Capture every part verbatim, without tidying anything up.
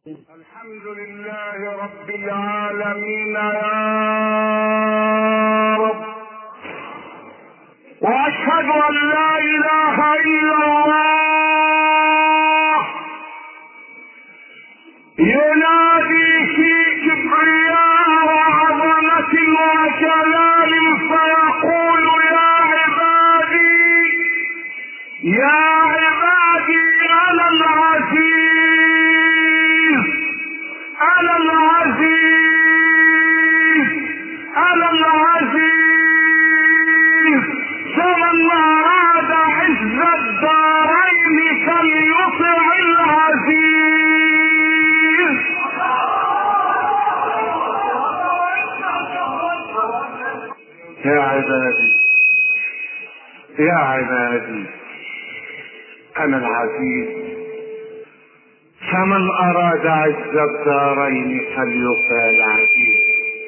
الحمد لله رب العالمين يا رب، واشهد ان لا اله الا الله ينادي في كبرياء وعظمة وجلال فيقول يا عبادي يا عبادي انا العزيز انا العزيز انا العزيز، فمن اراد عز الدارين فليطع العزيز. يا عبادي يا عبادي انا العزيز، فمن اراد عز الدارين فليطع العزيز.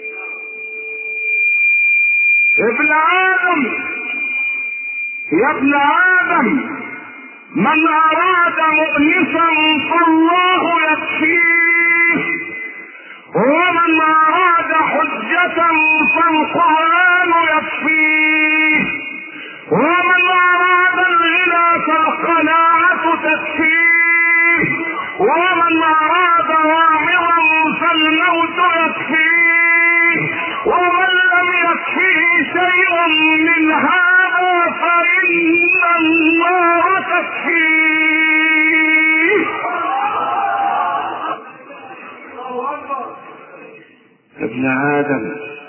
ابن ادم يا ابن ادم، من اراد مؤنسا فالله يكفيه، ومن اراد حجة فالقرآن يكفيه، ومن اراد الغنى فالقناعة تكفيه، ومن اراد واعظا فالموت يكفيه، ومن لم يكفيه شيء من هذا فإن النار تكفيه. ابن آدم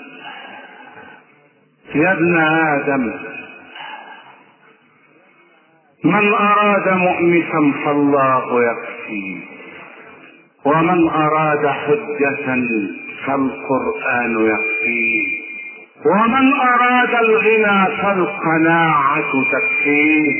يا ابن آدم، من أراد مؤنسا فالله يكفيه، ومن أراد حجة فالقرآن يكفيه، ومن أراد الغنى فالقناعة تكفيه،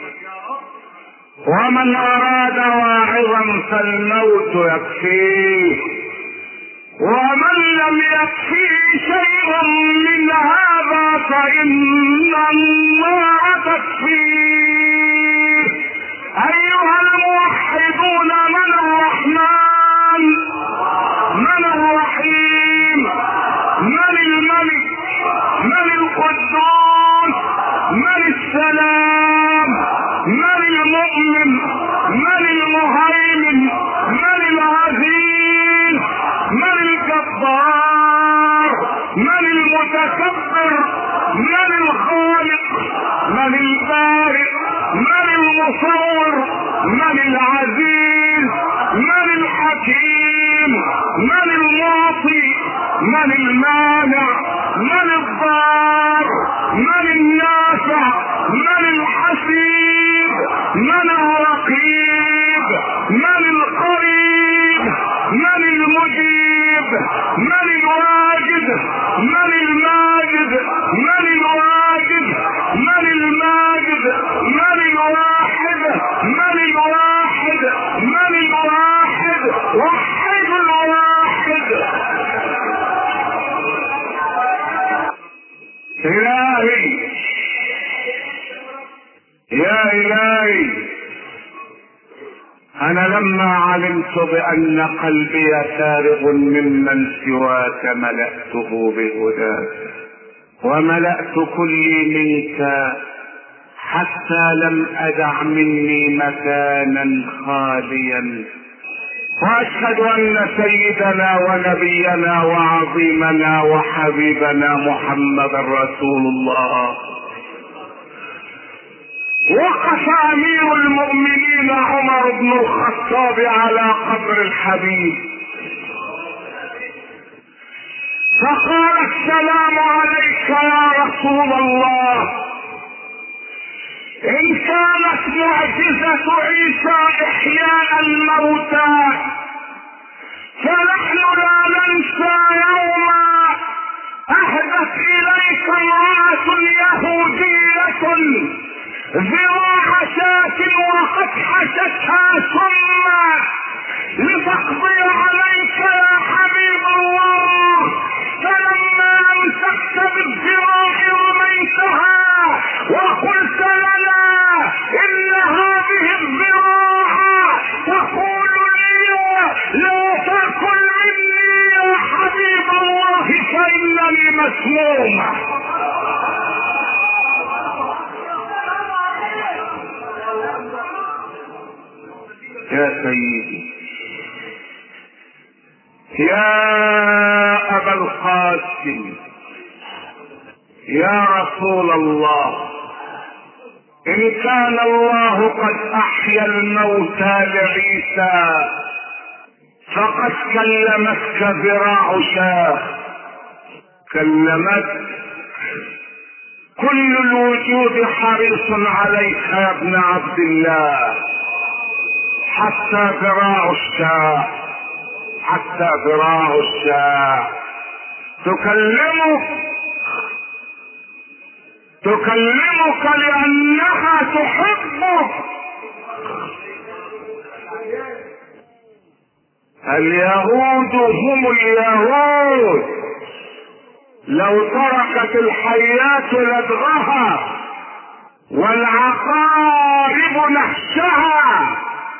ومن أراد واعظا فالموت يكفيه، ومن لم يكفيه شيء من هذا فإن النار تكفيه. أيها الموحدون، من الرحمن؟ من الرحيم؟ من الملك؟ من القدوس؟ من السلام؟ من المؤمن؟ من المهيمن؟ من العزيز؟ من الجبار؟ من المتكبر؟ من الخالق؟ من البارئ؟ من المصور؟ من العزيز؟ من الحكيم؟ من المعطي؟ من المانع؟ من الضار؟ من النافع؟ من الحسيب؟ من الرقيب؟ من القريب؟ من المجيب؟ من الواجد؟ من الماجد؟ من الواجد؟ من الماجد؟ من الواحد؟ من الواحد؟ من الواحد؟ وحد الواحد. إلهي يا إلهي، أنا لما علمت بأن قلبي فارغ ممن سواك ملأته بهداك، وملأت كلي منك حتى لم أدع مني مكانا خاليا. وأشهد أن سيدنا ونبينا وعظيمنا وحبيبنا محمد رسول الله. وقف امير المؤمنين عمر بن الخطاب على قبر الحبيب فقال: السلام عليك يا رسول الله، ان كانت معجزة عيسى احياء الموتى فنحن لا ننسى يوما اهدت اليك امرأة يهودية ذراع شاة وقد حشتها ثم لتقضي عليك يا حبيب الله، فلما امسكت بالذراع رميتها وقلت لنا ان هذه الذراع تقول لي لا مسمومة. يا سيدي يا أبا القاسم يا رسول الله، إن كان الله قد أحيا الموتى لعيسى فقد كلمتك ذراع شاه، كلمتك. كل الوجود حريص عليك يا ابن عبد الله، حتى ذراع الشاه، حتى ذراع الشاه تكلمك تكلمك لأنها تحبك. اليهود هم اليهود، لو تركت الحياة لدغها والعقارب نحشها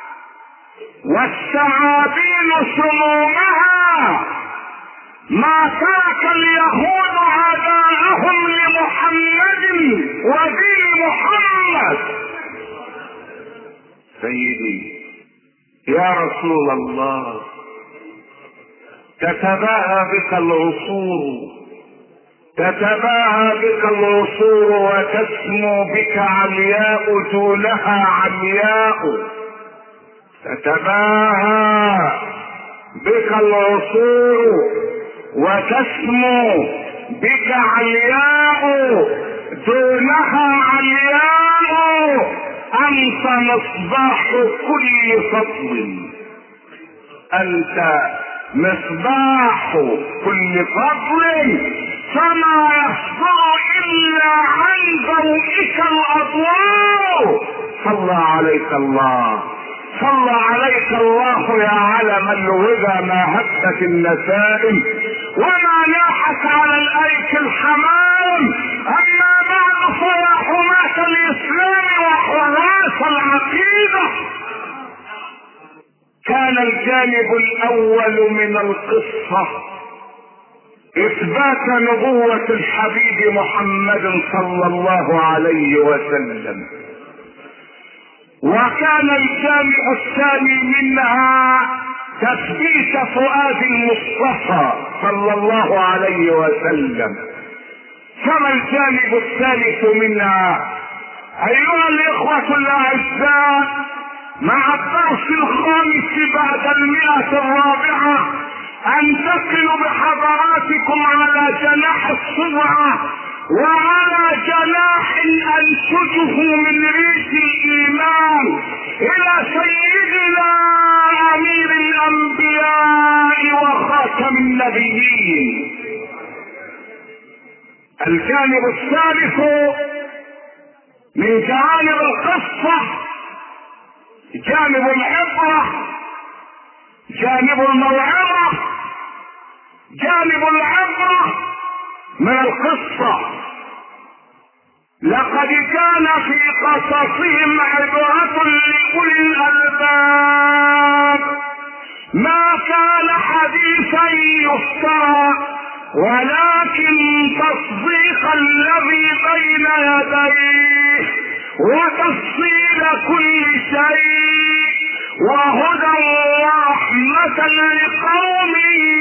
والثعابين سمومها ما ترك اليهود عداءهم لمحمد ودين محمد. سيدي يا رسول الله، تتباهى بك العصور، تتباهى بك العصور وتسمو بك عمياء دونها عمياء، تتباهى بك العصور وتسمو بك عمياء دونها عمياء، أنت مصباح كل فضل، أنت مصباح كل فضل، فما يصدر إلا عن ضوئك الأضواء. صلى عليك الله، صلى عليك الله يا علم الهدى، ما هبت النسائم وما لاحت على الأيك الحمام. أما بعد فيا حماة الإسلام وحراس العقيدة، كان الجانب الأول من القصة إثبات نبوة الحبيب محمد صلى الله عليه وسلم، وكان الجانب الثاني منها تثبيت فؤاد المصطفى صلى الله عليه وسلم. كما الجانب الثالث منها أيها الإخوة الأعزاء، مع الدرس الخامس بعد المئة الرابعة أنتقل بحضراتكم على جناح الصبعة وعلى جناح أنشجه من ريش الإيمان إلى سيدنا أمير الأنبياء وخاتم النبيين. الجانب الثالث من جوانب القصة جانب العبرة، جانب الموعظة، جانب العبرة من القصة. لقد كان في قصصهم عبرة لأولي الألباب، ما كان حديثا يفترى، ولكن تصديق الذي بين يديه وتفصيل كل شيء وهدى ورحمة لقوم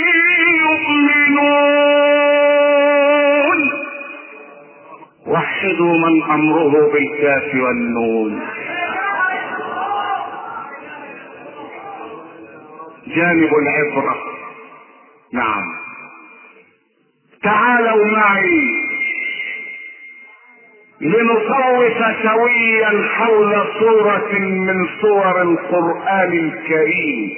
يؤمنون. وحدوا من أمره بالكاف والنون. جانب العبرة. نعم، تعالوا معي لنصوت سويا حول صورة من صور القرآن الكريم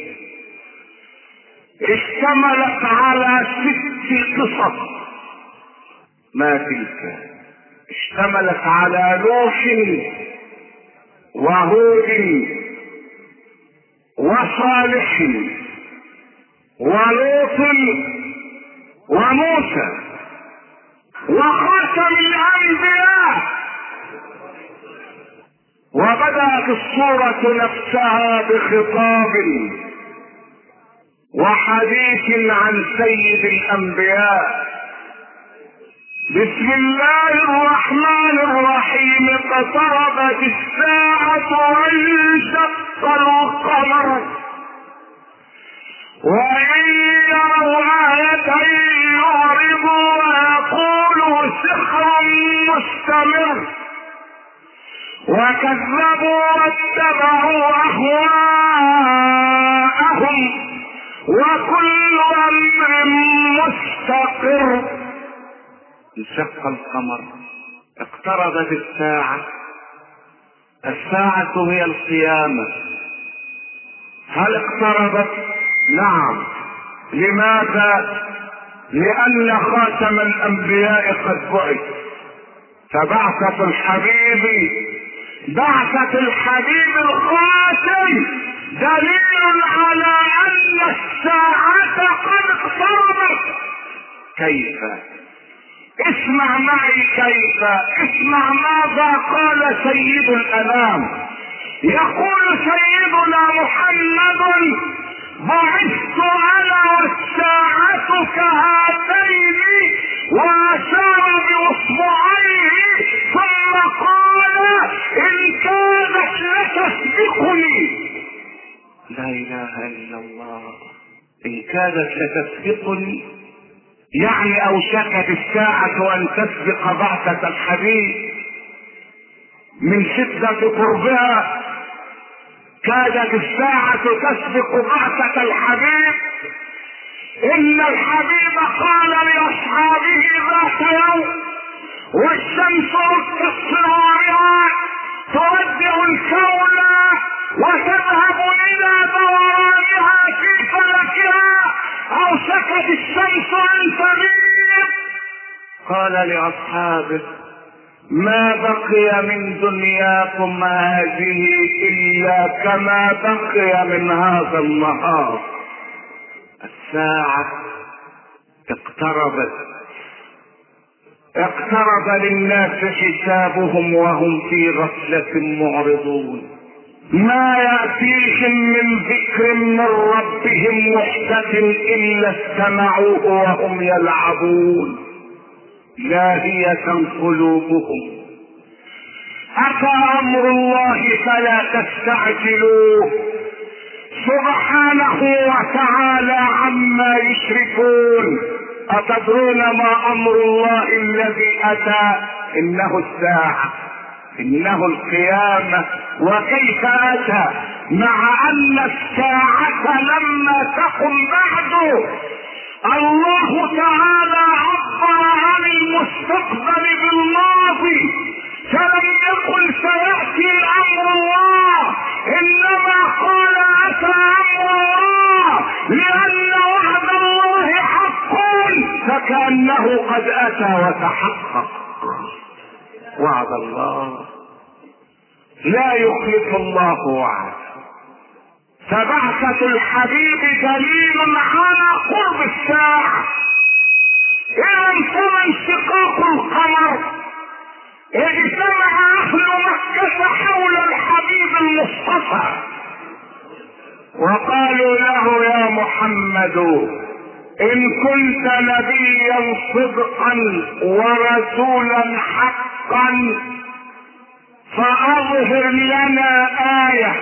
اشتملت على ست قصص. ما تلك؟ اشتملت على نوح وهود وصالح ولوط وموسى وخاتم الأنبياء. وبدأت الصورة نفسها بخطاب وحديث عن سيد الأنبياء بسم الله الرحمن الرحيم. اقتربت الساعة وانشق القمر وإن يروا آية يعرضوا ويقولوا سحر مستمر وكذبوا واتبعوا أهواءهم وكل أمر مستقر. انشق القمر، اقتربت الساعة. الساعة هي القيامة. هل اقتربت؟ نعم. لماذا؟ لأن خاتم الأنبياء قد بعث، فبعثة الحبيب بعثة الحبيب الخاتم دليل على أن الساعة قد اقتربت. كيف؟ اسمع معي كيف. اسمع ماذا قال سيد الأنام. يقول سيدنا محمد: بعثت انا والساعة كهاتين، واشار باصبعيه ثم قال: ان كادت لتسبقني. لا اله الا الله. ان كادت لتسبقني يعني اوشكت الساعة ان تسبق بعثة الحبيب من شدة قربها. كادت الساعة تسبق بعثة الحبيب. ان الحبيب قال لاصحابه ذات يوم والشمس باصطرارها تودع الكون وتذهب الى دورانها في فلكها، اوشكت الشمس ان تغيب. قال لاصحابه: ما بقي من دنياكم هذه الا كما بقي من هذا النهار. الساعة اقتربت. اقترب للناس حسابهم وهم في غفلة معرضون. ما يأتيهم من ذكر من ربهم محدث الا استمعوه وهم يلعبون. لاهية قلوبهم. أتى أمر الله فلا تستعجلوه سبحانه وتعالى عما يشركون. أتدرون ما أمر الله الذي أتى؟ إنه الساعة، إنه القيامة. وكيف أتى؟ مع أن الساعة لما تقم بعد الله تعالى عبر عن المستقبل بالماضي، فلم يقل سيأتي امر الله، انما قال اتى امر الله لان وعد الله حق، فكأنه قد اتى وتحقق. وعد الله لا يخلف الله وعده. فبعثة الحبيب دليل على قرب الساعة. إذا انتهى انشقاق القمر، اجتمع أهل مكة حول الحبيب المصطفى وقالوا له: يا محمد، إن كنت نبيا صدقا ورسولا حقا فأظهر لنا آية.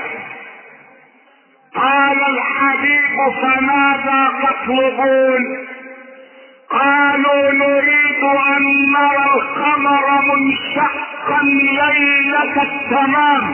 قال الحبيب: فماذا تطلبون؟ قالوا: نريد ان نرى القمر منشقا ليلة التمام.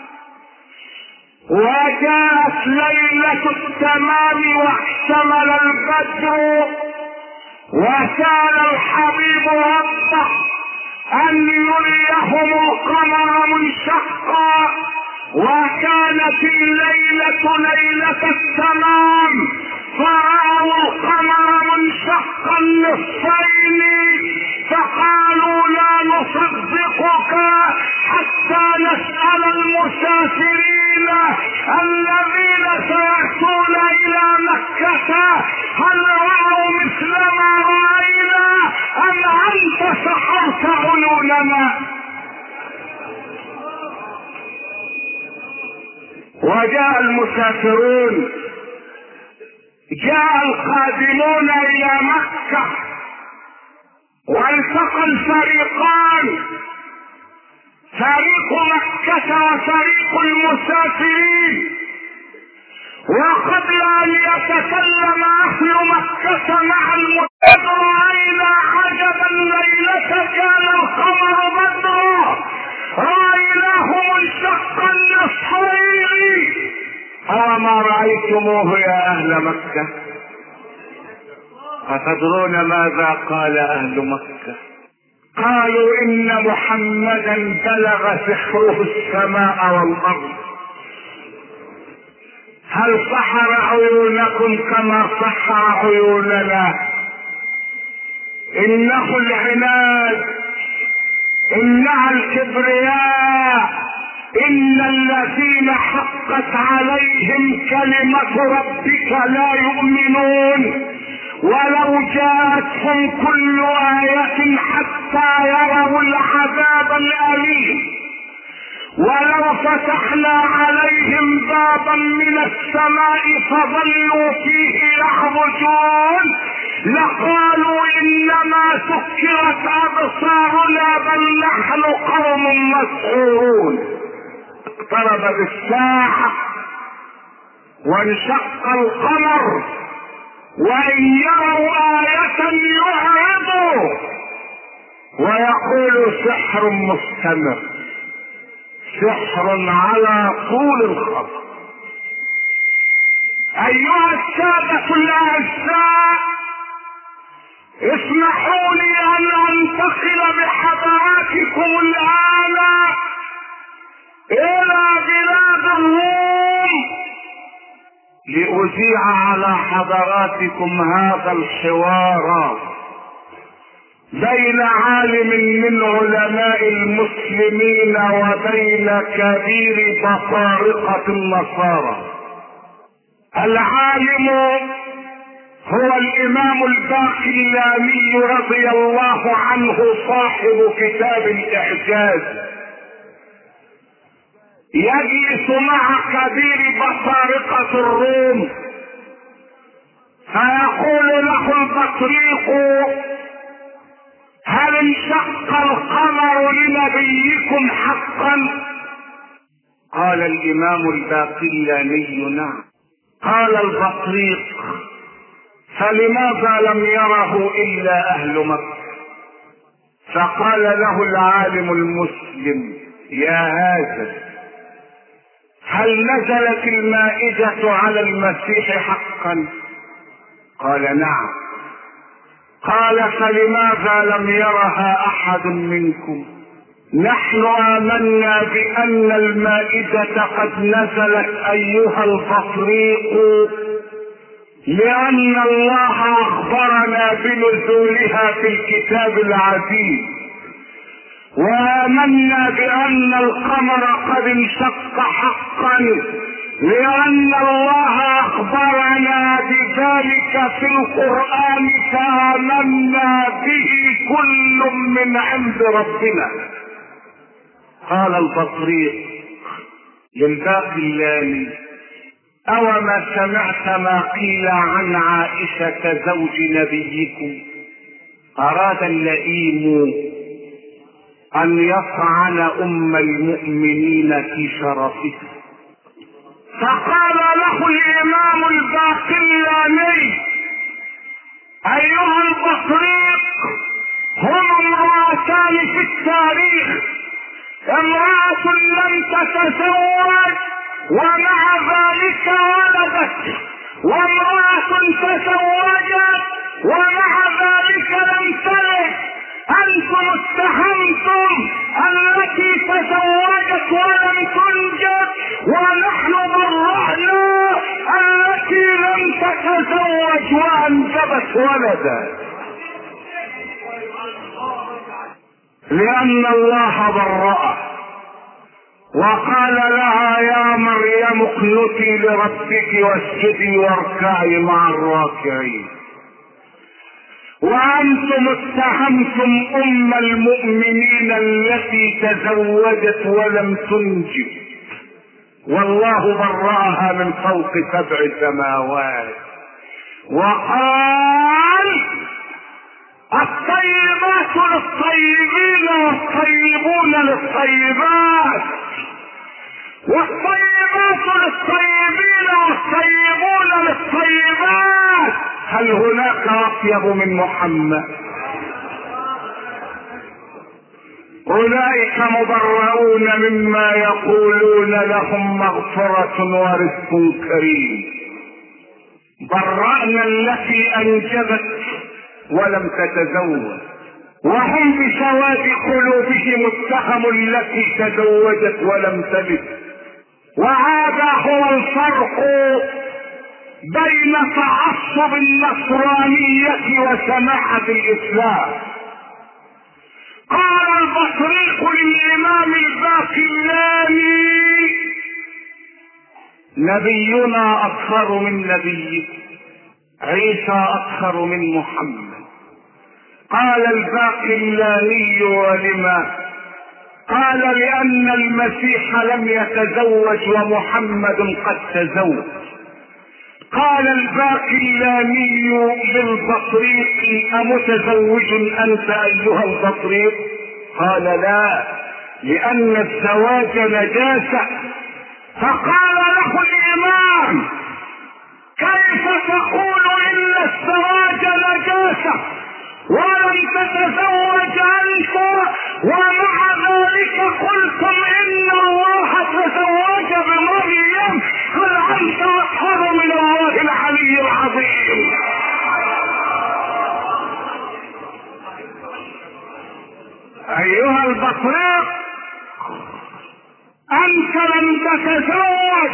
وجاءت ليلة التمام واحتمل البدر، وسال الحبيب ربه ان يريهم القمر منشقا. وكانت الليلة ليلة التمام، فرأوا القمر منشقا نصفين، فقالوا: لا نصدقك حتى نسأل المسافرين الذين سيأتون إلى مكة هل رأوا مثل ما رأينا أم أنت سحرت عيوننا. وجاء المسافرون، جاء القادمون الى مكة والتقى الفريقان، فريق مكة وفريق المسافرين. وقبل ان يتكلم اهل مكة مع المسافر راينا عجبا ليلة كان القمر بدرا، رايناه منشقا نصفين. أما رأيتموه يا أهل مكة؟ أتدرون ماذا قال أهل مكة؟ قالوا إن محمدا بلغ سحره السماء والأرض. هل سحر عيونكم كما سحر عيوننا؟ إنه العناد، إنها الكبرياء، إن الذين حقت عليهم كلمة ربك لا يؤمنون ولو جاءتهم كل آية حتى يروا العذاب الأليم. ولو فتحنا عليهم بابا من السماء فظلوا فيه يعرجون لقالوا إنما سكرت أبصارنا بل نحن قوم مسحورون. اقتربت الساعة وانشق القمر، وإن يروا آية يعرضوا ويقولوا سحر مستمر، سحر على طول الخط. أيها السادة الأعزاء، اسمحوا لي أن أنتقل بحضراتكم الآن إلى بلاد الروم لأذيع على حضراتكم هذا الحوار بين عالم من علماء المسلمين وبين كبير بطارقة النصارى. العالم هو الإمام الباقلاني رضي الله عنه صاحب كتاب الإعجاز، يجلس مع كبير بطارقة الروم فيقول له البطريق: هل انشق القمر لنبيكم حقا؟ قال الإمام الباقلاني: نعم. قال البطريق: فلماذا لم يره إلا أهل مكة؟ فقال له العالم المسلم: يا هذا، هل نزلت المائدة على المسيح حقا؟ قال: نعم. قال: فلماذا لم يرها أحد منكم؟ نحن آمنا بأن المائدة قد نزلت أيها البطريق لأن الله أخبرنا بنزولها في الكتاب العزيز، وآمنا بأن القمر قد انشق حقا لأن الله أخبرنا بذلك في القرآن، فآمنا به كل من عند ربنا. قال البطريق للباقلاني: أوما سمعت ما قيل عن عائشة زوج نبيكم؟ أراد اللئيم أن يطعن أم المؤمنين في شرفها، فقال له الإمام الباقلاني: أيها البطريق، هما امرأتان في التاريخ، امرأة لم تتزوج ومع ذلك ولدت، وامرأة تزوجت ومع ذلك لم تلد. أنتم اتهمتم التي تزوجت ولم تنجب، ونحن برأنا التي لم تتزوج وأنجبت ولدا، لأن الله برأ وقال لها: يا مريم اقنتي لربك واسجدي واركعي مع الراكعين. وأنتم اتهمتم أم المؤمنين التي تزوجت ولم تنجب، والله برأها من فوق سبع سماوات، وقال: الطيبات للطيبين والطيبون للطيبات والطيبات للطيبين والطيبون للطيبات. هل هناك اطيب من محمد؟ اولئك مبرؤون مما يقولون، لهم مغفرة ورزق كريم. برأنا التي انجبت ولم تتزوج، وهم بسواد قلوبهم اتهموا التي تزوجت ولم تلد. وهذا هو الفرق بين تعصب النصرانية وسماحة الاسلام. قال البطريق للامام الباقلاني: نبينا اطهر من نبيك، عيسى اطهر من محمد. قال الباقلاني: ولما؟ قال: لان المسيح لم يتزوج ومحمد قد تزوج. قال الباقلاني للبطريق: امتزوج انت ايها البطريق؟ قال: لا، لان الزواج نجاسة. فقال له الامام: كيف تقول ان الزواج نجاسة ولم تتزوج انت، ومع ذلك قلتم ان الله تزوج بمريم؟ هل انت اطهر من الله العلي العظيم؟ ايها البطريق، انت لم تتزوج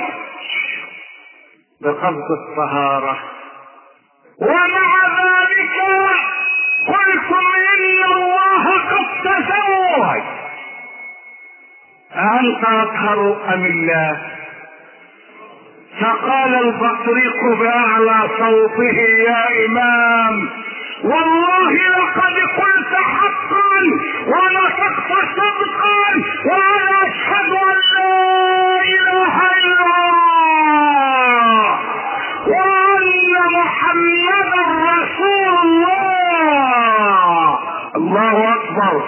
بقبض الطهارة، ومع ذلك قلتم ان الله قد تزوج. أنت أطهر أم الله؟ فقال البطريق بأعلى صوته: يا إمام، والله لقد قلت حقا ونطقت صدقا، وأنا أشهد أن لا إله إلا الله وأن محمدا رسول الله. الله أكبر،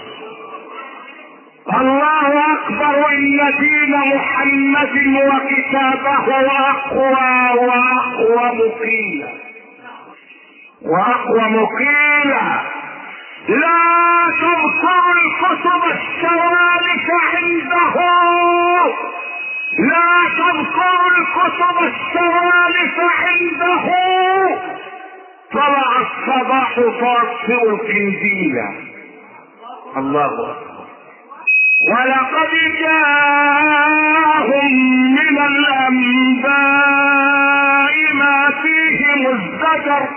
الله أكبر. إن دين محمد وكتابه أقوى وأقوى مقيلا وأقوى مقيلا. لا تبصر الكتب السوالف عنده، لا تبصر الكتب السوالف عنده. طلع الصباح فاطفئ القنديل. الله أكبر. ولقد جاءهم من الأنباء ما فيه مزدجر،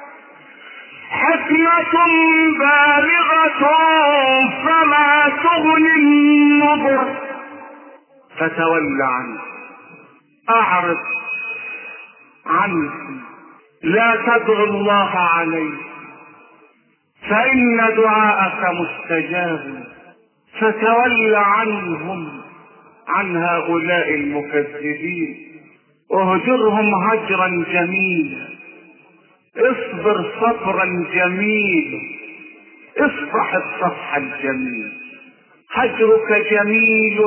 حكمة بالغة فما تغني النذر. فتول عنه، أعرض عنه، لا تدعو الله عليه، فإن دعاءك مستجاب. فتول عنهم، عن هؤلاء المكذبين. اهجرهم هجرا جميلا، اصبر صبرا جميلا، اصفح الصفح الجميل. هجرك جميل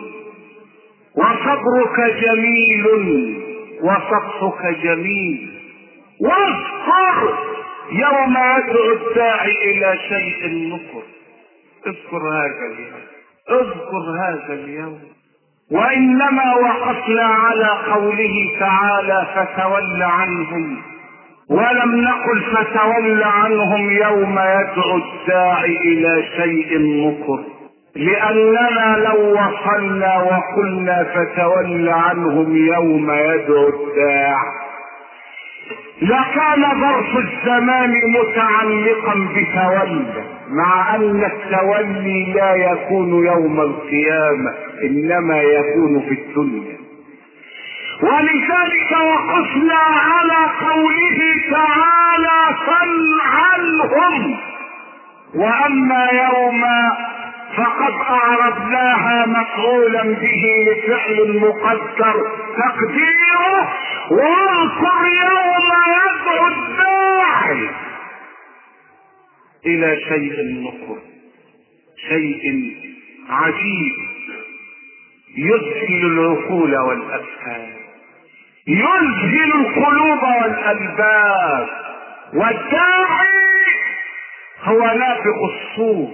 وصبرك جميل وصفحك جميل. واذكر يوم يدعو الداعي الى شيء نكر. اذكر هذا اليوم، اذكر هذا اليوم. وانما وقفنا على قوله تعالى: فتول عنهم، ولم نقل فتول عنهم يوم يدعو الداعي الى شيء نكر، لاننا لو وصلنا وقلنا فتول عنهم يوم يدعو الداعي لكان ظرف الزمان متعلقا بتولى، مع ان التولي لا يكون يوم القيامة، انما يكون في الدنيا. ولذلك وقفنا على قوله تعالى: صل عنهم. واما يوم فقد اعرضناها مفعولا به لفعل مقدر تقديره: واذكر يوم يدعو الداعي الى شيء نكر، شيء عجيب يذهل العقول والافهام، يذهل القلوب والالباب. والداعي هو نافخ الصور،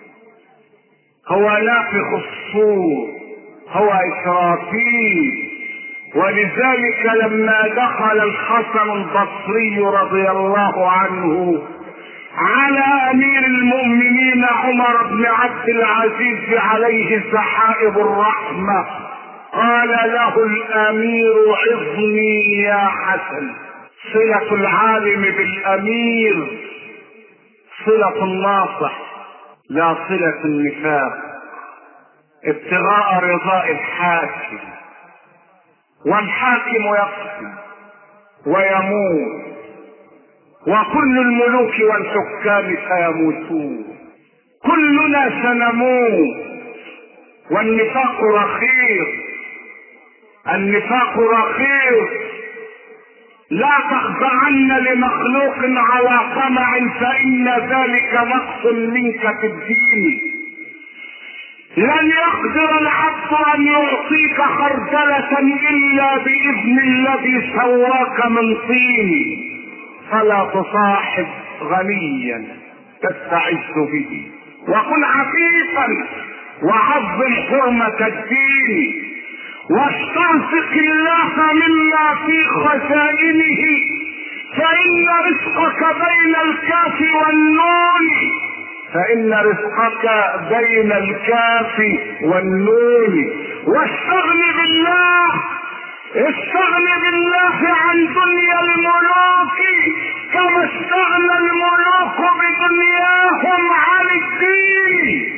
هو نافخ الصور، هو إسرافيل. ولذلك لما دخل الحسن البصري رضي الله عنه على امير المؤمنين عمر بن عبد العزيز عليه سحائب الرحمة، قال له الامير عظني يا حسن. صلة العالم بالامير صلة الناصح لا صلة النفاق، ابتغاء رضاء الحاكم، والحاكم يقسم ويموت، وكل الملوك والحكام سيموتون، كلنا سنموت. والنفاق رخيص، النفاق رخيص. لا تخضعن لمخلوق على طمع فإن ذلك نقص منك في الدين. لن يقدر العبد ان يعطيك خردلة الا باذن الذي سواك من طين. فلا تصاحب غنيا تستعز به، وكن عفيفا وعظم حرمة الدين، واسترزق الله مما في خزائنه، فإن رزقك بين الكاف والنون، فإن رزقك بين الكاف والنون. واستغن بالله، استغن بالله عن دنيا الملوك كما استغنى الملوك بدنياهم عن الدين.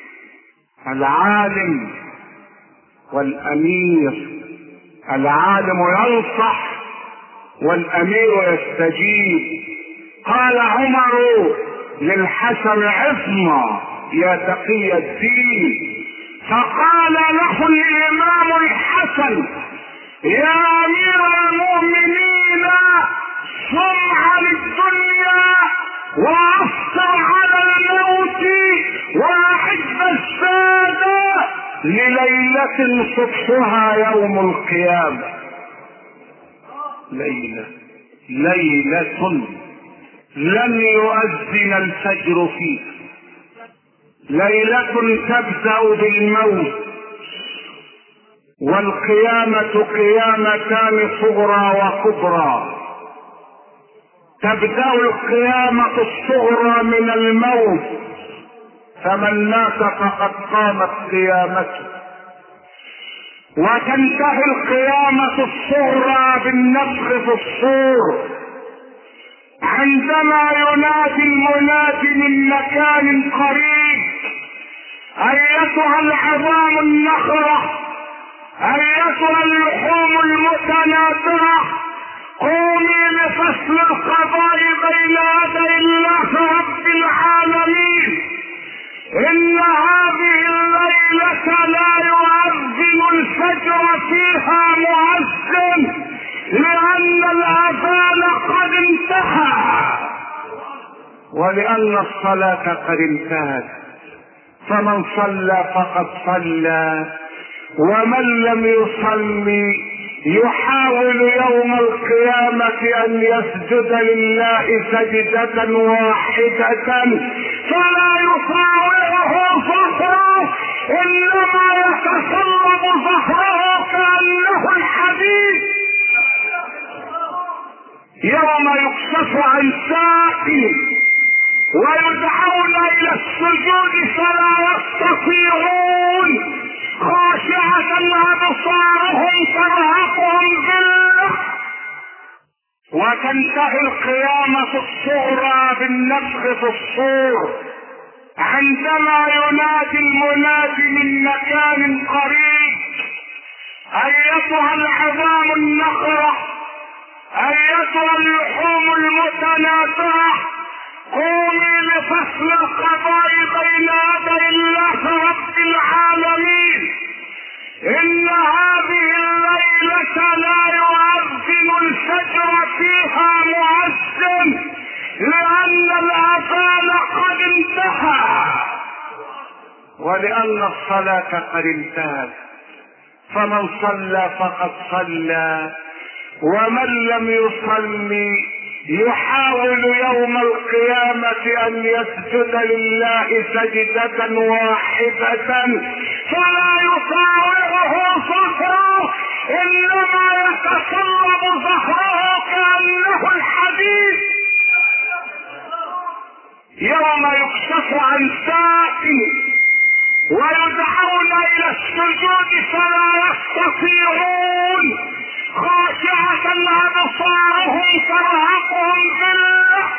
العالم والامير، العالم ينصح والامير يستجيب. قال عمر للحسن عظنا يا تقي الدين، فقال له الامام الحسن يا امير المؤمنين صم عن الدنيا وافطر على الموت واعد السادة لليلة صبحها يوم القيامة. ليلة ليلة لن يؤذن الفجر فيه، ليلة تبدأ بالموت، والقيامة قيامتان صغرى وكبرى. تبدأ القيامة الصغرى من الموت، فمن مات فقد قامت قيامته، وتنتهي القيامة الصغرى بالنفخ في الصور، عندما ينادي المنادي من مكان قريب ايتها العظام النخرة، ايتها اللحوم المتناثرة، قومي لفصل القضاء بين يدي الله رب العالمين. ان هذه الليلة لا يؤذن الفجر فيها مؤذن، لان الاذان قد انتهى ولان الصلاة قد انتهت. فمن صلى فقد صلى، ومن لم يصلي يحاول يوم القيامة ان يسجد لله سجدة واحدة فلا يطاوعه ظهره، انما يتصلب ظهره كأنه الحديد. يوم يكشف عن ساق ويدعون الى السجود فلا يستطيعون، خاشعة ابصارهم ترهقهم ذلة. وتنتهي القيامة الصغرى بالنفخ في الصور، عندما ينادي المنادي من مكان قريب ايتها العظام النخرة، ايتها اللحوم المتناثرة، قومي لفصل القضاء بين يدي الله رب العالمين. ان هذه الليلة لا يؤذن الفجر فيها مؤذن، لان الاذان قد انتهى، ولأن الصلاة قد انتهت، فمن صلى فقد صلى، ومن لم يصلي يحاول يوم القيامة أن يسجد لله سجدة واحدة فلا يطاوعه صفره، إنما يتصلب ظهره كأنه الحديد. يوم يكشف عن ساق ويدعون إلى السجود فلا يستطيعون، خاشعة أبصارهم ترهقهم ذلة.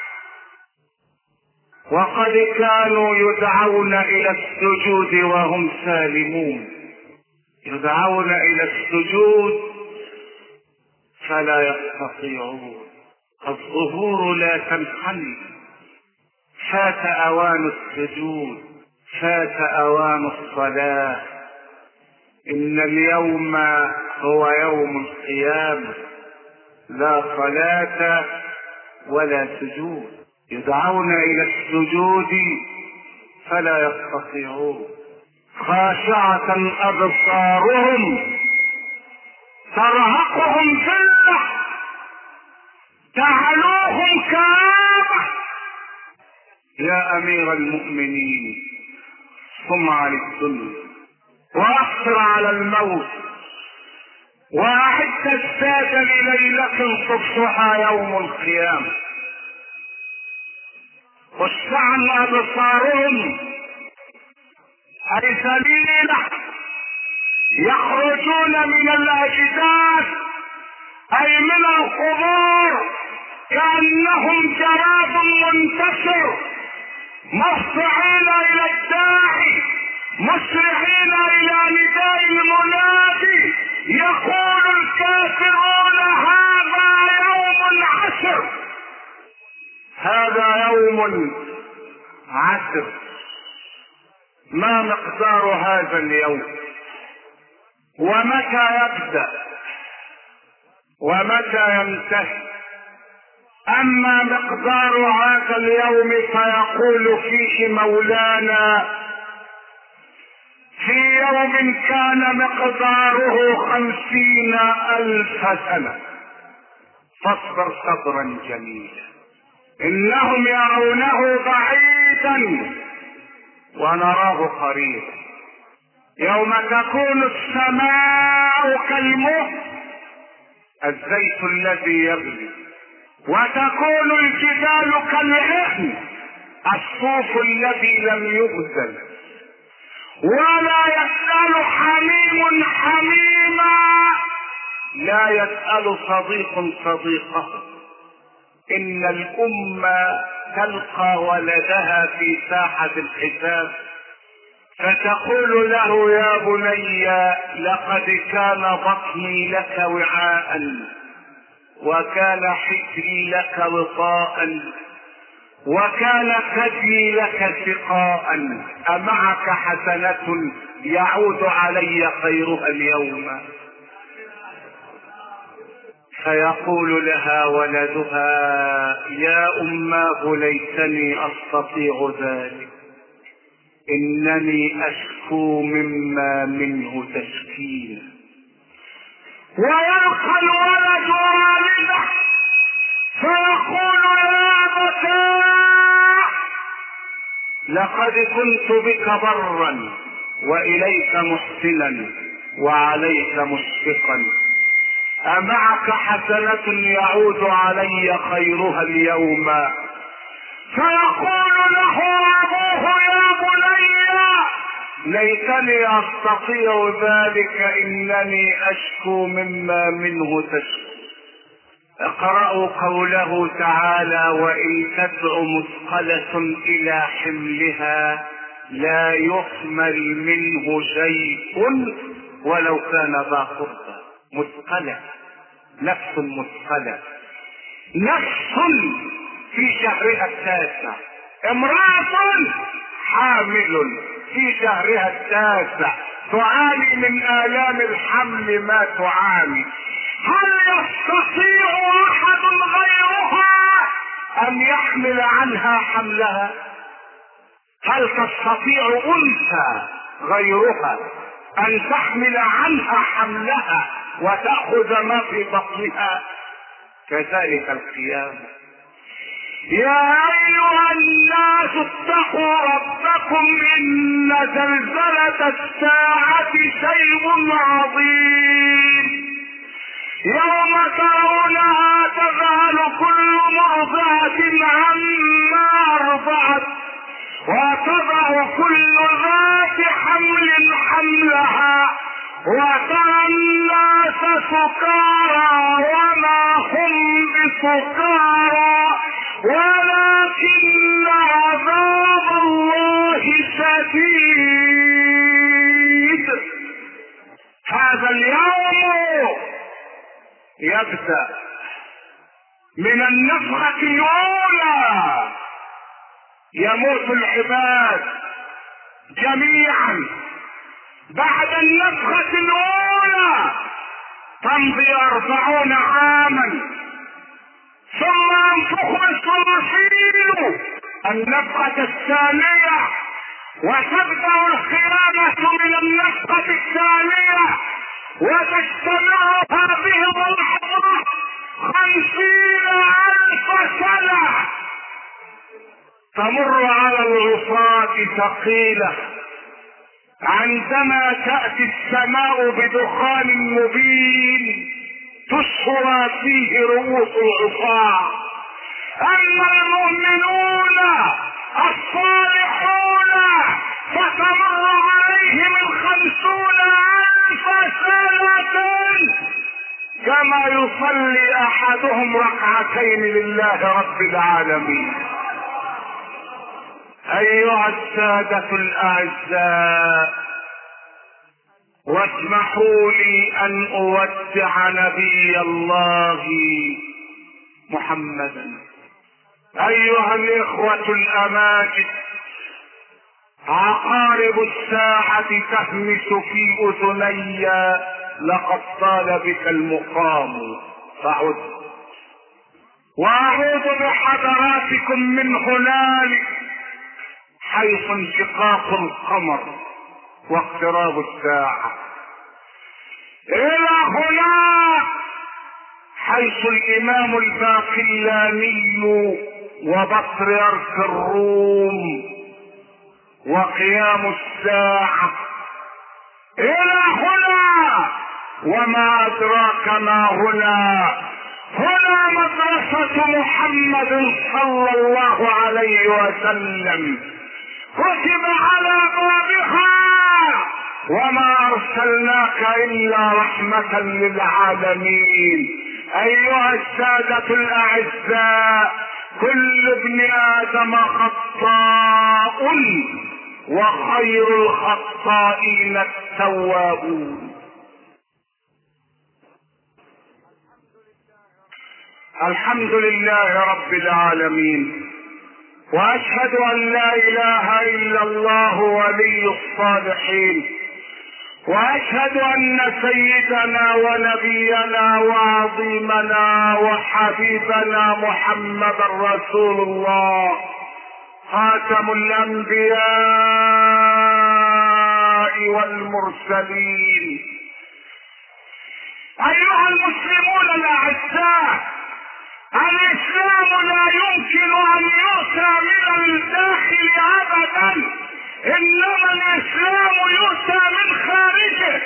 وقد كانوا يدعون إلى السجود وهم سالمون، يدعون إلى السجود فلا يستطيعون. الظهور لا تنحني، فات أوان السجود، فات أوان الصلاة. إن اليوم هو يوم القيامة، لا صلاة ولا سجود. يدعون إلى السجود فلا يستطيعون، خاشعة أبصارهم ترهقهم ذلة تعلوهم كرامة. يا أمير المؤمنين صم عن الدنيا واحصر على الموت، واعد الزاد لليلة صبحها يوم القيامة. واشفعن أبصارهم أي سبيلة يخرجون من الأجداث أي من القبور كأنهم جراد منتشر، مصرعين إلى الداعي، مسرعين إلى نداء المنادي. يقول الكافرون هذا يوم عسر، هذا يوم عسر. ما مقدار هذا اليوم؟ ومتى يبدأ؟ ومتى ينتهي؟ أما مقدار هذا اليوم فيقول فيه مولانا: في يوم كان مقداره خمسين ألف سنة فاصبر صبرا جميلا. إنهم يرونه بعيدا ونراه قريبا. يوم تكون السماء كالمهل، الزيت الذي يغلي، وتكون الجبال كالعهن، الصوف الذي لم يغسل، ولا يسأل حميم حميما، لا يسأل صديق صديقه. إن الأمة تلقى ولدها في ساحة الحساب فتقول له: يا بني لقد كان بطني لك وعاء، وكان حجري لك وطاء، وكان كدي لك سقاء، أمعك حسنة يعود علي خيرها اليوم؟ فيقول لها ولدها: يا أماه ليتني أستطيع ذلك، إنني أشكو مما منه تشكين. ويلقى الولد والده فيقول: يا أبتاه لقد كنت بك برا وإليك محسنا وعليك مشفقا، أمعك حسنة يعود علي خيرها اليوم؟ فيقول له أبوه: يا بني ليتني أستطيع ذلك، إنني أشكو مما منه تشكو. اقرأوا قوله تعالى: وإن تدع مثقلة إلى حملها لا يحمل منه شيء ولو كان ذا قربى. مثقلة، نفس مثقلة، نفس في شهرها التاسع، امرأة حامل في شهرها التاسع تعاني من آلام الحمل ما تعاني. هل يستطيع أحد غيرها أن يحمل عنها حملها؟ هل تستطيع انثى غيرها ان تحمل عنها حملها وتأخذ ما في بطنها؟ كذلك القيامة. يا ايها الناس اتقوا ربكم ان زلزلة الساعة شيء عظيم يوم ترونها تذهل كل مرضعة عما ارضعت وتضع كل ذات حمل حملها وترى الناس سكارى وما هم بسكارى ولكن عذاب الله شديد. هذا اليوم يبدأ من النفخة الأولى، يموت العباد جميعا. بعد النفخة الأولى تمضي أربعون عاما ثم ينفخ إسرافيل النفخة الثانية وتبدأ القيامة من النفخة الثانية وتجتمع هذه اللحظة خمسين ألف سنة تمر على العصاة ثقيلة عندما تأتي السماء بدخان مبين تسرى فيه رؤوس العصاة. أما المؤمنون الصالحون فتمر عليهم الخمسون ألف سنة كما يصلي أحدهم ركعتين لله رب العالمين. أيها السادة الأعزاء، واسمحوا لي أن أودع نبي الله محمدا. أيها الإخوة الأماجد، عقارب الساعة تهمس في أذني لقد طال بك المقام فعد. وأعود بحضراتكم من هنالك حيث انشقاق القمر واقتراب الساعة الى هناك حيث الامام الباقلاني وبطريرك الروم وقيام الساعة الى هنا. وما ادراك ما هنا؟ هنا مدرسة محمد صلى الله عليه وسلم كتب على بابها وما ارسلناك الا رحمة للعالمين. ايها السادة الاعزاء، كل ابن ادم خطاء وخير الخطائين التوابون. الحمد لله رب العالمين، واشهد ان لا اله الا الله ولي الصالحين، واشهد ان سيدنا ونبينا وعظيمنا وحبيبنا محمدا رسول الله خاتم الانبياء والمرسلين. ايها المسلمون الاعزاء، الاسلام لا يمكن ان يؤتى من الداخل ابدا، انما الاسلام يؤتى من خارجه.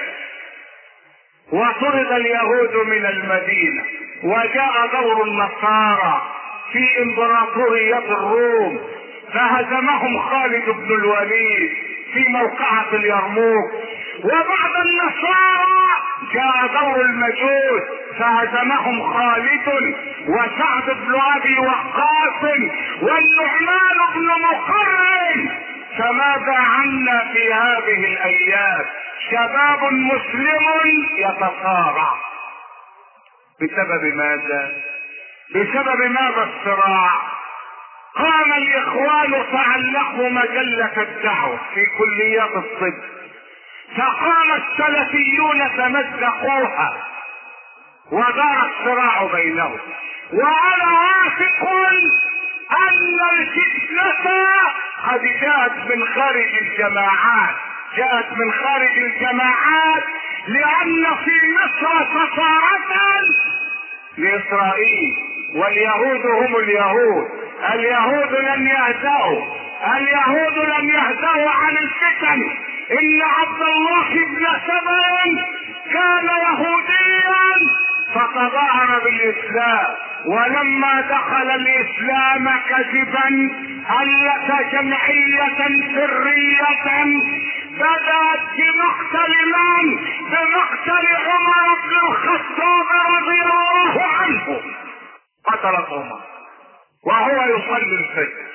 وطرد اليهود من المدينة وجاء دور النصارى في امبراطورية الروم فهزمهم خالد بن الوليد في موقعة اليرموك. وبعد النصارى جاء دور المجوس فهزمهم خالد وسعد بن ابي وقاص والنعمان بن مقرن. فماذا عنا في هذه الايام؟ شباب مسلم يتصارع بسبب ماذا؟ بسبب ماذا الصراع؟ قام الاخوان فعلقوا مجلة الدعوة في كليات الطب، فقام السلفيون فمزقوها ودار الصراع بينهم. وانا واثق ان الفتنة هذه جاءت من خارج الجماعات، جاءت من خارج الجماعات، لان في مصر سفارة لاسرائيل، واليهود هم اليهود. اليهود لن يهدأوا، اليهود لن يهدأوا عن الفتن. ان عبد الله بن سبأ كان يهوديا فتظاهر بالاسلام، ولما دخل الاسلام كذبا الف جمعية سرية بدأت بمقتل من؟ بمقتل عمر بن الخطاب رضي الله عنه. قتلت عمر وهو يصلي الفجر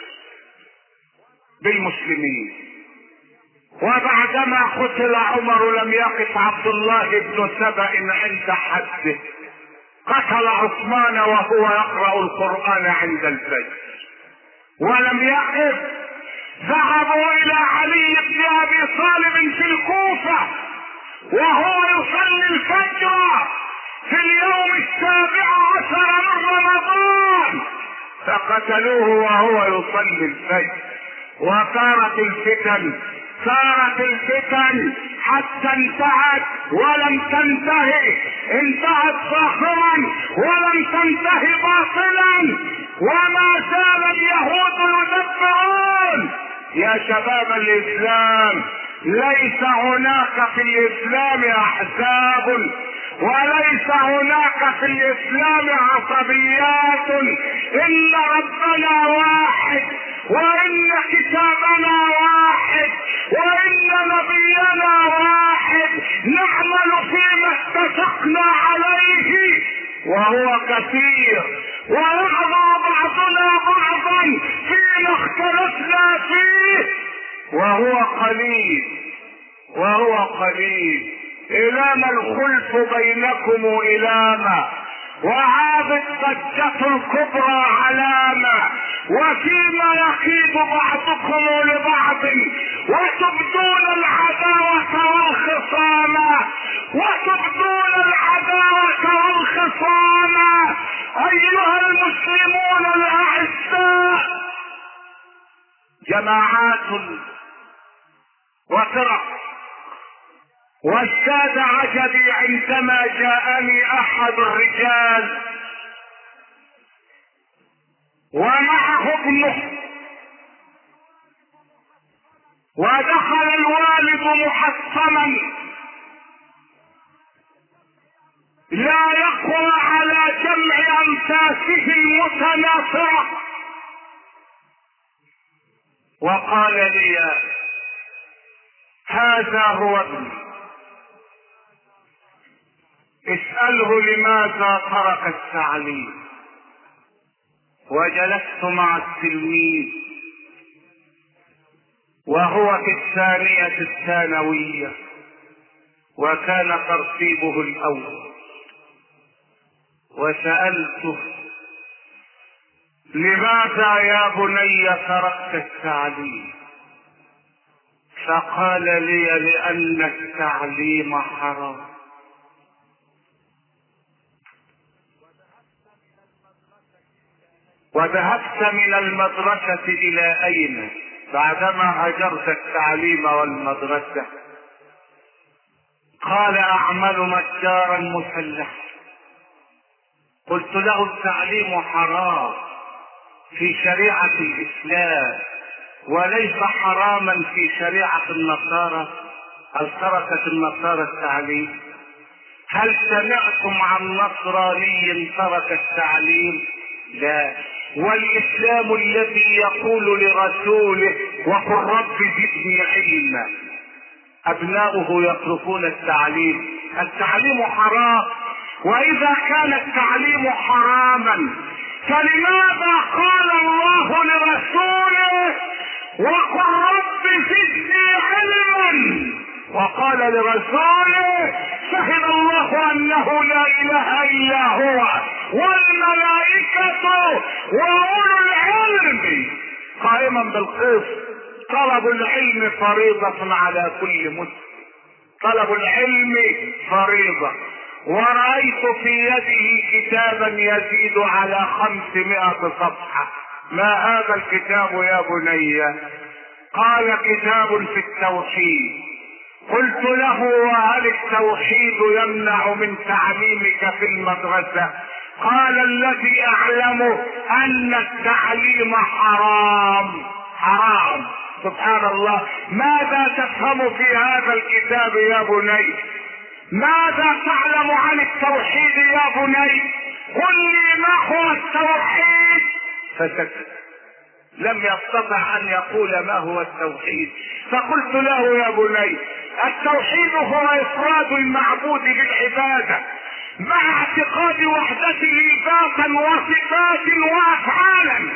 بالمسلمين، وبعدما قتل عمر لم يقف عبد الله بن سبأ عند حده، قتل عثمان وهو يقرأ القرآن عند الفجر، ولم يقف. ذهبوا الى علي بن ابي طالب في الكوفة وهو يصلي الفجر في اليوم السابع عشر من رمضان، فقتلوه وهو يصلي الفجر. وصارت الفتن، صارت الفتن حتى انتهت ولم تنتهي، انتهت ظاهرا ولم تنتهي باطلا، وما زال اليهود يدبرون. يا شباب الاسلام، ليس هناك في الاسلام احزاب، وليس هناك في الاسلام عصبيات، ان ربنا واحد، وان كتابنا واحد، وان نبينا واحد، نعمل فيما اتفقنا عليه وهو كثير، ويعظى بعضنا بعضا فيما اختلفنا فيه وهو قليل، وهو قليل. إلام الخلف بينكم إلاما، وهذه الضجة الكبرى علامة، وفيما يكيد بعضكم لبعض، وتبدون العداوة والخصامة، وتبدون العداوة والخصامة. أيها المسلمون الأعزاء، جماعات وفرق، واشتاد عجبي عندما جاءني احد الرجال ومعه ابنه، ودخل الوالد محصما لا يقوى على جمع انفاسه المتناثرة، وقال لي: هذا هو ابني، اسأله لماذا ترك التعليم. وجلست مع التلميذ وهو في الثانية الثانوية، وكان ترتيبه الأول، وسألته: لماذا يا بني تركت التعليم؟ فقال لي: لأن التعليم حرام. وذهبت من المدرسة إلى أين بعدما هجرت التعليم والمدرسة؟ قال: أعمل نجارا مسلحا. قلت له: التعليم حرام في شريعة الإسلام وليس حراما في شريعة النصارى. هل تركت النصارى التعليم؟ هل سمعتم عن نصراني ترك التعليم؟ لا. والإسلام الذي يقول لرسوله: وقل رب زدني علما، أبناؤه يتركون التعليم. التعليم حرام، وإذا كان التعليم حراما فلماذا قال الله لرسوله: وقل رب زدني علما؟ وقال لرسوله: شهد الله انه لا اله الا هو والملائكة واولو العلم قائما بالقسط. طلب العلم فريضة على كل مسلم، طلب العلم فريضة. ورأيت في يده كتابا يزيد على خمسمائة صفحة. ما هذا الكتاب يا بني؟ قال كتاب في التوحيد. قلت له وهل التوحيد يمنع من تعليمك في المدرسة؟ قال الذي اعلمه ان التعليم حرام. حرام. سبحان الله. ماذا تفهم في هذا الكتاب يا بني؟ ماذا تعلم عن التوحيد يا بني؟ قل لي ما هو التوحيد. فسكت، لم يستطع ان يقول ما هو التوحيد. فقلت له يا بني التوحيد هو افراد المعبود بالعبادة مع اعتقاد وحدته ذاتا وصفات وافعالا.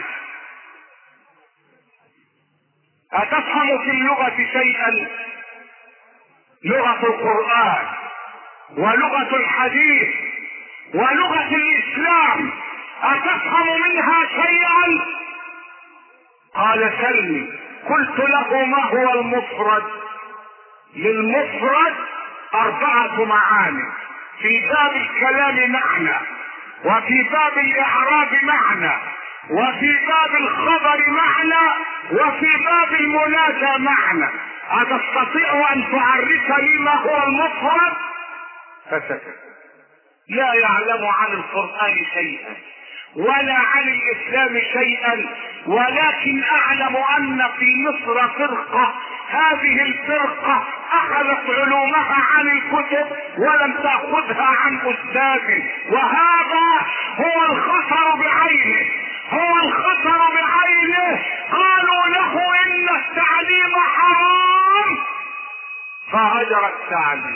أتفهم في اللغة شيئا؟ لغة القرآن ولغة الحديث ولغة الإسلام أتفهم منها شيئا؟ قال سلني. قلت له ما هو المفرد؟ للمفرد أربعة معاني: في باب الكلام معنى، وفي باب الإعراب معنى، وفي باب الخبر معنى، وفي باب المنادى معنى. أتستطيع أن تعرف لي ما هو المفرد؟ فسكت. لا يعلم عن القرآن شيئا ولا عن الإسلام شيئا، ولكن أعلم أن في مصر فرقة، هذه الفرقة أخذت علومها عن الكتب ولم تأخذها عن أستاذ، وهذا هو الخطر بعينه، هو الخطر بعينه. قالوا له إن التعليم حرام فهجر التعليم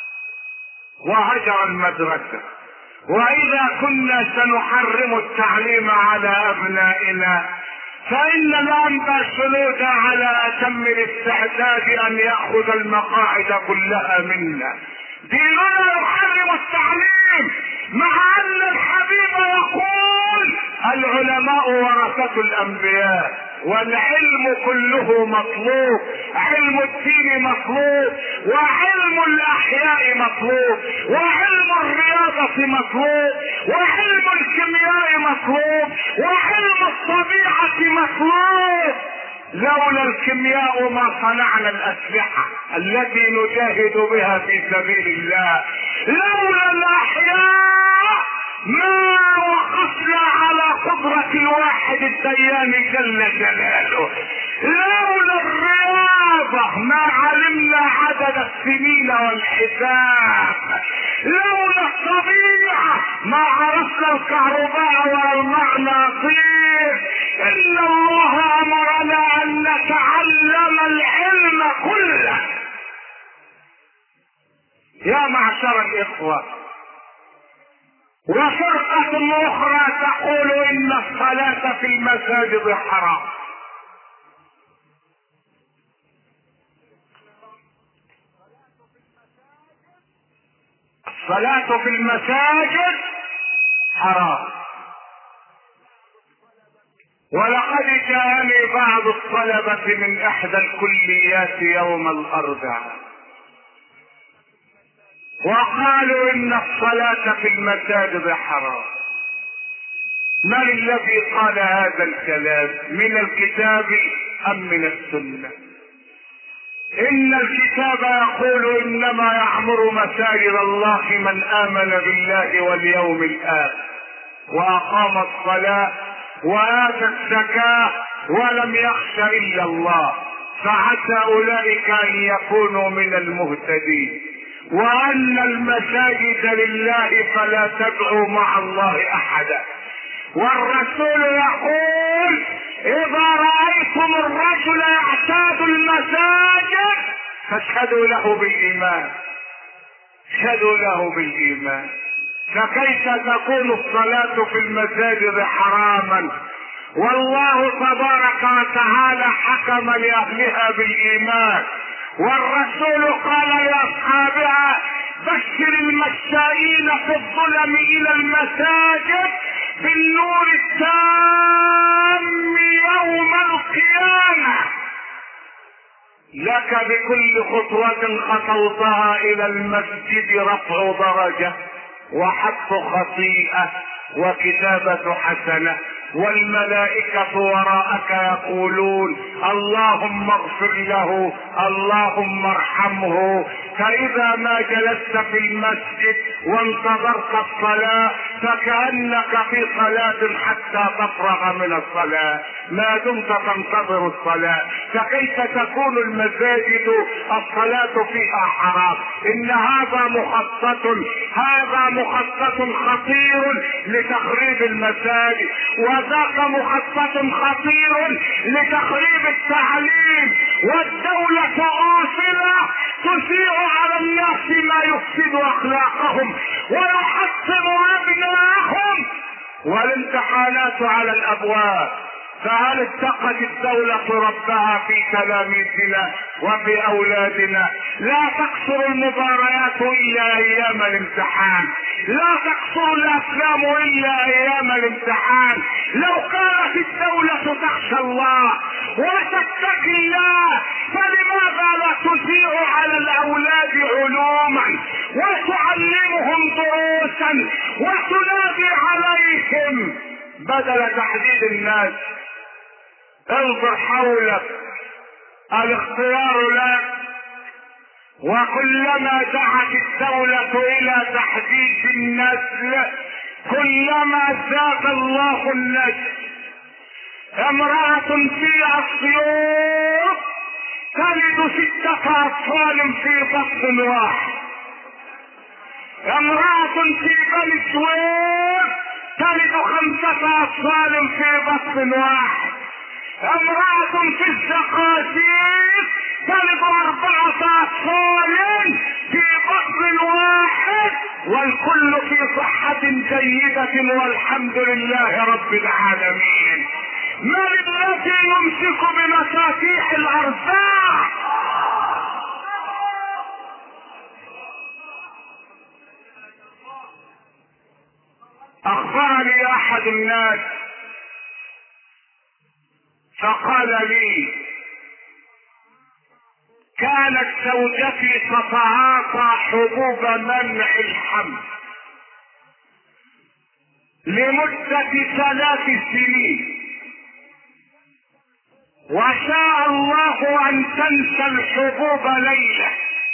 وهجر المدرسة. وإذا كنا سنحرم التعليم على أبنائنا فإن الأنبا شنودة على أتم الاستعداد أن يأخذ المقاعد كلها منا. ديننا يحرم التعليم، مع أن الحبيب يقول العلماء ورثة الأنبياء، والعلم كله مطلوب. علم الدين مطلوب، وعلم الأحياء مطلوب، وعلم الرياضة مطلوب، وعلم الكيمياء مطلوب، وعلم الطبيعة مطلوب. لولا الكيمياء ما صنعنا الأسلحة التي نجاهد بها في سبيل الله. لولا الأحياء ما وقفنا على قدرة الواحد الديان جل جلاله. لولا الرياضة ما علمنا عدد السنين والحساب. لولا الطبيعة ما عرفنا الكهرباء والمغناطيس. إن الله أمرنا أن نتعلم العلم كله. يا معشر الإخوة، وفرقة أخرى تقول إن الصلاة في المساجد حرام. الصلاة في المساجد حرام. ولقد جاءني بعض الطلبة من إحدى الكليات يوم الأربعاء وقالوا إن الصلاة في المساجد حرام. من الذي قال هذا الكلام؟ من الكتاب أم من السنة؟ إن الكتاب يقول إنما يعمر مساجد الله من آمن بالله واليوم الآخر وأقام الصلاة وآتى الزكاة ولم يخش إلا الله، فعسى أولئك أن يكونوا من المهتدين. وأن المساجد لله فلا تدعوا مع الله أحدا. والرسول يقول إذا رأيتم الرجل يعتاد المساجد فاشهدوا له بالإيمان، اشهدوا له بالإيمان. فكيف تكون الصلاة في المساجد حراما والله تبارك وتعالى حكم لأهلها بالإيمان؟ والرسول قال لأصحابها بشر المشائين في الظلم إلى المساجد بالنور التام يوم القيامة. لك بكل خطوة خطوتها إلى المسجد رفع درجة وحط خطيئة وكتابة حسنة والملائكة وراءك يقولون اللهم اغفر له اللهم ارحمه. فإذا ما جلست في المسجد وانتظرت الصلاة فكأنك في صلاة حتى تفرغ من الصلاة ما دمت تنتظر الصلاة. فكيف تكون المساجد الصلاة فيها حرام؟ إن هذا مخطط هذا مخطط خطير لتخريب المساجد، وذاك مخطط خطير لتخريب التعليم، والدولة غافلة تسيء على الناس ما يفسد اخلاقهم ويحطم ابنائهم، والامتحانات على الابواب. فهل اتقت الدولة ربها في تلاميذنا وفي اولادنا؟ لا تقصر المباريات الا ايام الامتحان، لا تقصر الافلام الا ايام الامتحان. لو كانت الدولة تخشى الله وتتقي الله فلماذا لا تسيء على الاولاد علوما وتعلمهم دروسا وتنادي عليهم بدل تحديد الناس؟ انظر حولك، الاختيار لك، وكلما دعت الدولة الى تحديد النسل كلما زاد الله النسل. امرأة في اسيوط تلد ستة اطفال في بطن واحد، امرأة في بني سويف تلد خمسة اطفال في بطن واحد، امرأة في الزقازيق تلد اربعة اطفال في بطن واحد، والكل في صحة جيدة والحمد لله رب العالمين. من الذي يمسك بمفاتيح الارزاق؟ اخبرني احد الناس فقال لي كانت زوجتي تتعاطى حبوب منع الحمل لمدة ثلاث سنين، وشاء الله ان تنسى الحبوب ليلة،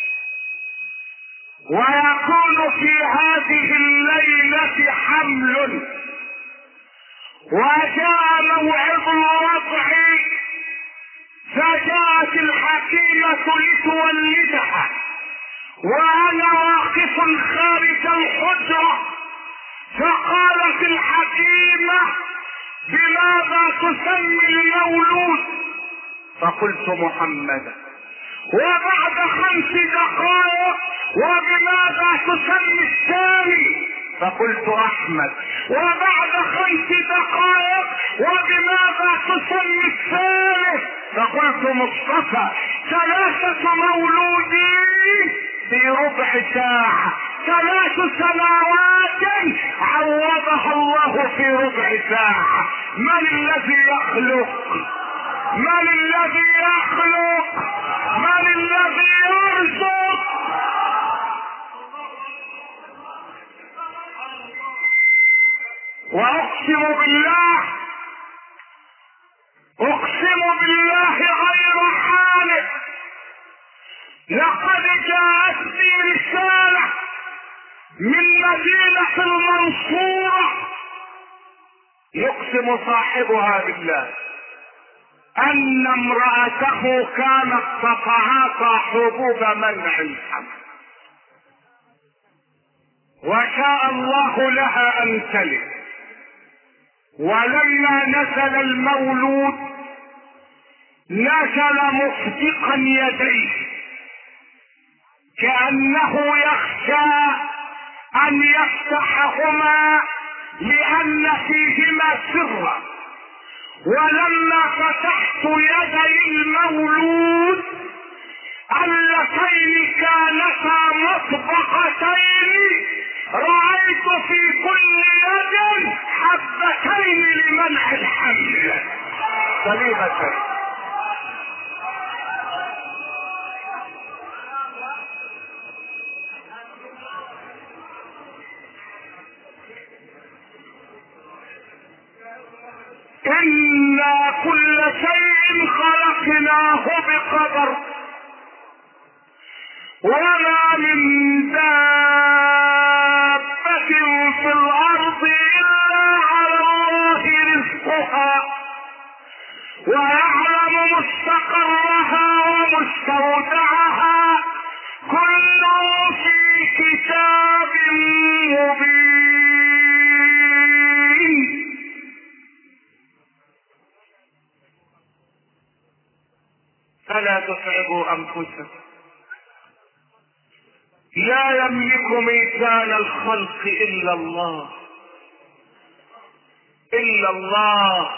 ويكون في هذه الليلة حمل، وجاء موعد الوضع فجاءت الحكيمة لتولدها، وانا واقف خارج الحجرة، فقالت الحكيمة بماذا تسمي المولود؟ فقلت محمدا. وبعد خمس دقائق وبماذا تسمي الثاني؟ فقلت احمد. وبعد خمس دقائق وبماذا تسمي الثالث؟ فقلت مصطفى. ثلاثة مولودين في ربع ساعة، ثلاث سنوات عوضها الله في ربع ساعة. من الذي يخلق؟ من الذي يخلق؟ من الذي يرزق؟ واقسم بالله اقسم بالله غير حالف، لقد جاءتني رسالة من مدينة المنصورة يقسم صاحبها بالله ان امرأته كانت تتعاطى حبوب منع الحمل، وشاء الله لها ان تلد، ولما نزل المولود نزل مصدقا يديه كأنه يخشى ان يفتحهما لان فيهما سرا. ولما فتحت يدي المولود اللتين كانتا مطبقتين رأيت في كل يد حبتين لمنع الحمل سليمتين. إنا كل شيء خلقناه بقدر وما من دابة في الأرض إلا على الله رزقها ويعلم مستقرها ومستودعها كل في كتاب مبين. فلا تتعبوا أنفسكم، لا يملك ميزان الخلق إلا الله إلا الله.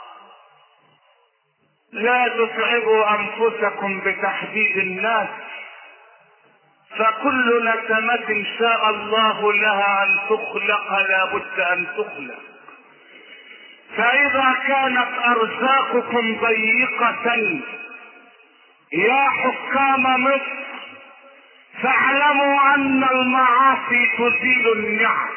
لا تتعبوا أنفسكم بتحديد الناس، فكل نسمة شاء الله لها أن تخلق لا بد أن تخلق. فإذا كانت أرزاقكم ضيقة يا حكام مصر فاعلموا أن المعاصي تزيل النعم.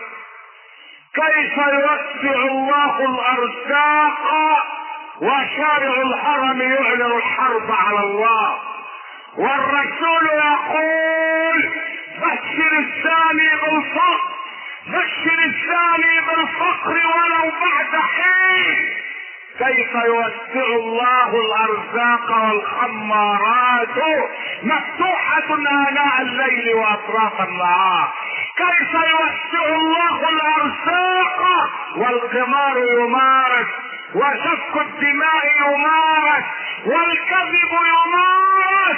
كيف يوسع الله الأرزاق وشارع الحرم يعلن الحرب على الله؟ والرسول يقول بشر الزاني بالفقر، بشر الزاني بالفقر ولو بعد حين. كيف يوسع الله الارزاق والخمارات مفتوحة آناء الليل واطراف النهار؟ كيف يوسع الله الارزاق والقمار يمارس وسفك الدماء يمارس والكذب يمارس؟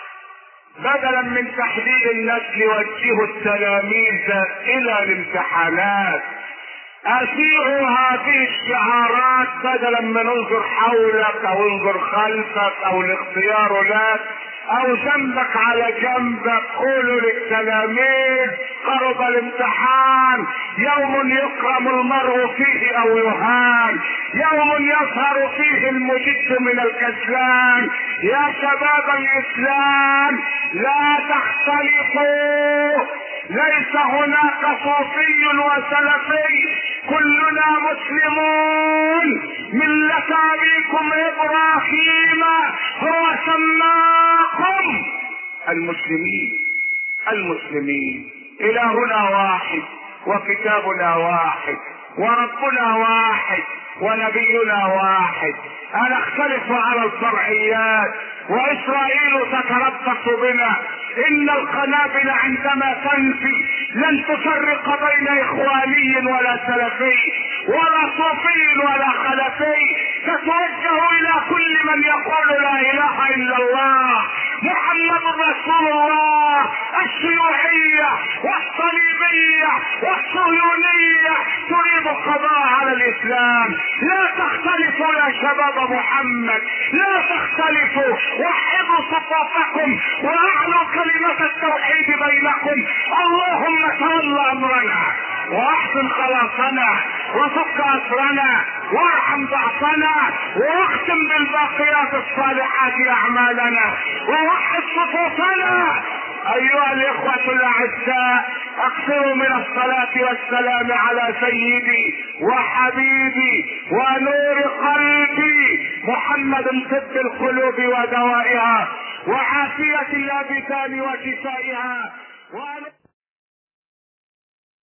بدلا من تحديد النسل وجهوا التلاميذ الى الامتحانات. أسيروا هذه الشعارات بدلا من انظر حولك او انظر خلفك او الاختيار لك او جنبك على جنبك. قولوا للتلاميذ قرب الامتحان، يوم يكرم المرء فيه او يهان، يوم يظهر فيه المجد من الكسلان. يا شباب الاسلام لا تختلفوا، ليس هناك صوفي وسلفي، كلنا مسلمون. ملة ابيكم ابراهيم هو سماكم المسلمين. المسلمين الهنا واحد وكتابنا واحد وربنا واحد ونبينا واحد. انا اختلف على الفرعيات واسرائيل تتربص بنا. ان القنابل عندما تنفي لن تفرق بين اخواني ولا سلفي ولا صوفي ولا خلفي، تتوجه الى كل من يقول لا اله الا الله محمد رسول الله. الشيوعية والصليبية والصهيونية تريد القضاء على الاسلام. لا تختلفوا يا شباب محمد، لا تختلفوا، وحدوا صفوفكم واعلوا كلمة التوحيد بينكم. اللهم تول امرنا واحسن خلاصنا وفك اسرنا وارحم ضعفنا واختم بالباقيات الصالحات اعمالنا ووحد صفوفنا. ايها الاخوة الاعزاء، اكثروا من الصلاة والسلام على سيدي وحبيبي ونور قلبي محمد طب القلوب ودوائها وعافية الابدان وشفائها.